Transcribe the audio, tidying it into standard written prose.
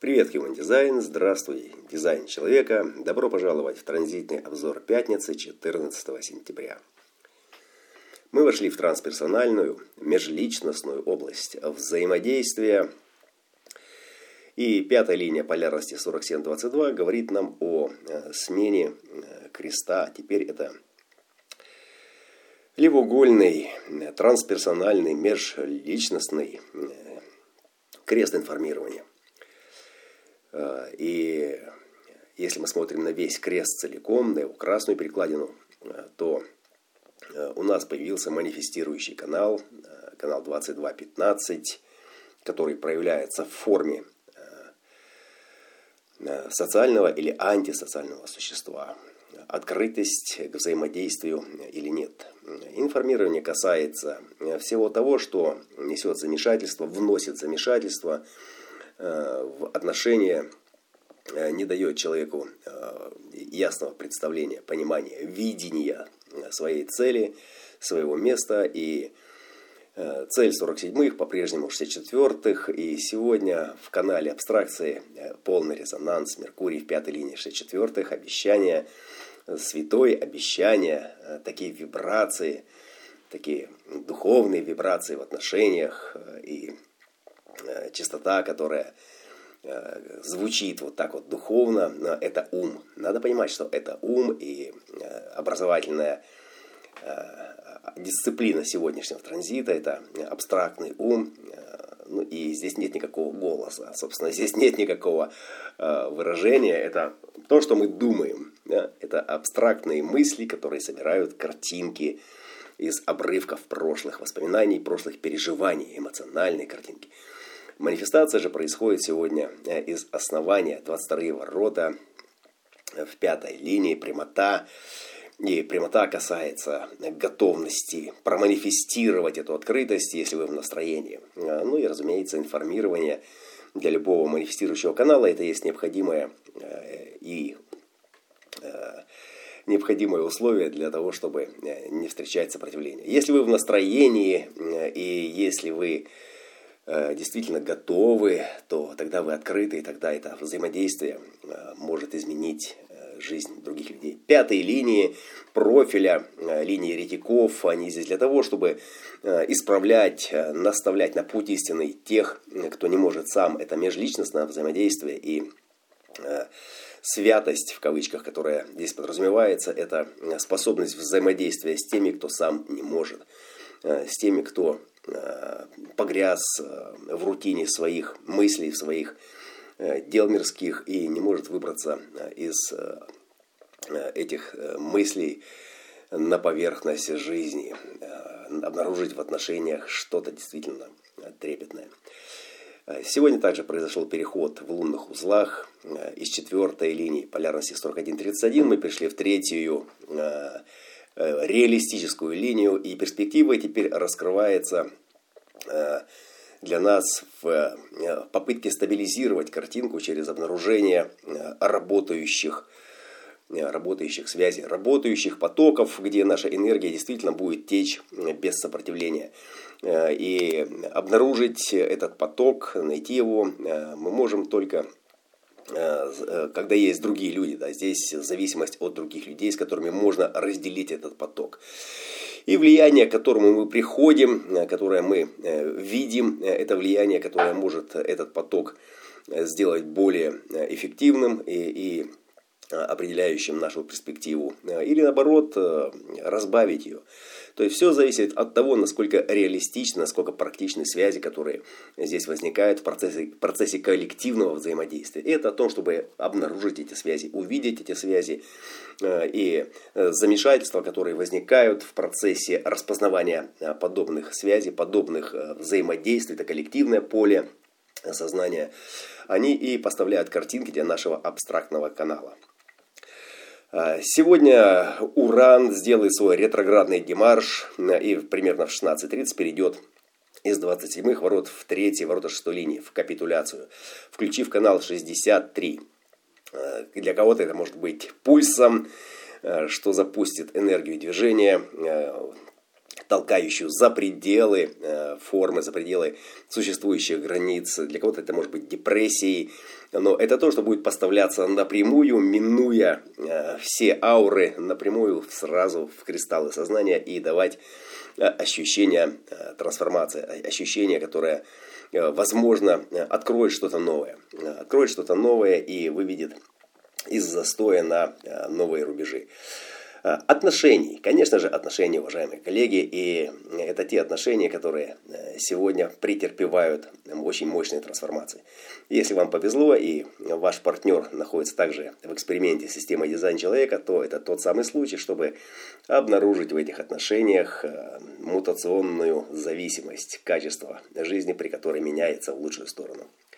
Привет, Human Design! Здравствуй, дизайн человека! Добро пожаловать в транзитный обзор пятницы 14 сентября. Мы вошли в трансперсональную, межличностную область взаимодействия. И пятая линия полярности 4722 говорит нам о смене креста. Теперь это левоугольный, трансперсональный, межличностный крест информирования. И если мы смотрим на весь крест целиком, на его красную перекладину, то у нас появился манифестирующий канал, канал 2215, который проявляется в форме социального или антисоциального существа. Открытость к взаимодействию или нет. Информирование касается всего того, что несет замешательство, вносит замешательство в отношения, не дает человеку ясного представления, понимания, видения своей цели, своего места. И цель 47-х, по-прежнему 64-х. И сегодня в канале абстракции полный резонанс, Меркурий в пятой линии 64-х, обещания святой, обещания, такие вибрации, такие духовные вибрации в отношениях и частота, которая звучит вот так вот духовно, это ум. Надо понимать, что это ум, и образовательная дисциплина сегодняшнего транзита – это абстрактный ум. Ну, и здесь нет никакого голоса, собственно, здесь нет никакого выражения. Это то, что мы думаем. Да? Это абстрактные мысли, которые собирают картинки из обрывков прошлых воспоминаний, прошлых переживаний, эмоциональные картинки. Манифестация же происходит сегодня из основания 22-е ворота в пятой линии, прямота. И прямота касается готовности проманифестировать эту открытость, если вы в настроении. Ну и, разумеется, информирование для любого манифестирующего канала это есть необходимое условие для того, чтобы не встречать сопротивления. Если вы в настроении и если вы действительно готовы, то тогда вы открыты, и тогда это взаимодействие может изменить жизнь других людей. Пятые линии профиля, линии еретиков, они здесь для того, чтобы исправлять, наставлять на путь истинный тех, кто не может сам. Это межличностное взаимодействие и святость, в кавычках, которая здесь подразумевается, это способность взаимодействия с теми, кто сам не может, с теми, кто погряз в рутине своих мыслей, своих дел мирских и не может выбраться из этих мыслей на поверхность жизни, обнаружить в отношениях что-то действительно трепетное. Сегодня также произошел переход в лунных узлах. Из четвертой линии полярности 41-31 мы пришли в третью реалистическую линию, и перспектива теперь раскрывается для нас в попытке стабилизировать картинку через обнаружение работающих связей, работающих потоков, где наша энергия действительно будет течь без сопротивления. И обнаружить этот поток, найти его мы можем только когда есть другие люди. Да, здесь зависимость от других людей, с которыми можно разделить этот поток. И влияние, к которому мы приходим, которое мы видим, это влияние, которое может этот поток сделать более эффективным и определяющим нашу перспективу. Или наоборот, разбавить ее. То есть все зависит от того, насколько реалистичны, насколько практичны связи, которые здесь возникают в процессе коллективного взаимодействия. И это о том, чтобы обнаружить эти связи, увидеть эти связи и замешательства, которые возникают в процессе распознавания подобных связей, подобных взаимодействий, это коллективное поле сознания, они и поставляют картинки для нашего абстрактного канала. Сегодня Уран сделает свой ретроградный демарш и примерно в 16:30 перейдет из 27-х ворот в 3-е ворота 6-й линии, в капитуляцию, включив канал 63. Для кого-то это может быть пульсом, что запустит энергию движения, толкающую за пределы формы, за пределы существующих границ. Для кого-то это может быть депрессией. Но это то, что будет поставляться напрямую, минуя все ауры, напрямую сразу в кристаллы сознания и давать ощущение трансформации, ощущение, которое, возможно, откроет что-то новое. Откроет что-то новое и выведет из застоя на новые рубежи. Отношений. Конечно же, отношения, уважаемые коллеги. И это те отношения, которые сегодня претерпевают очень мощные трансформации. Если вам повезло и ваш партнер находится также в эксперименте системы дизайн человека, то это тот самый случай, чтобы обнаружить в этих отношениях мутационную зависимость, качество жизни, при которой меняется в лучшую сторону.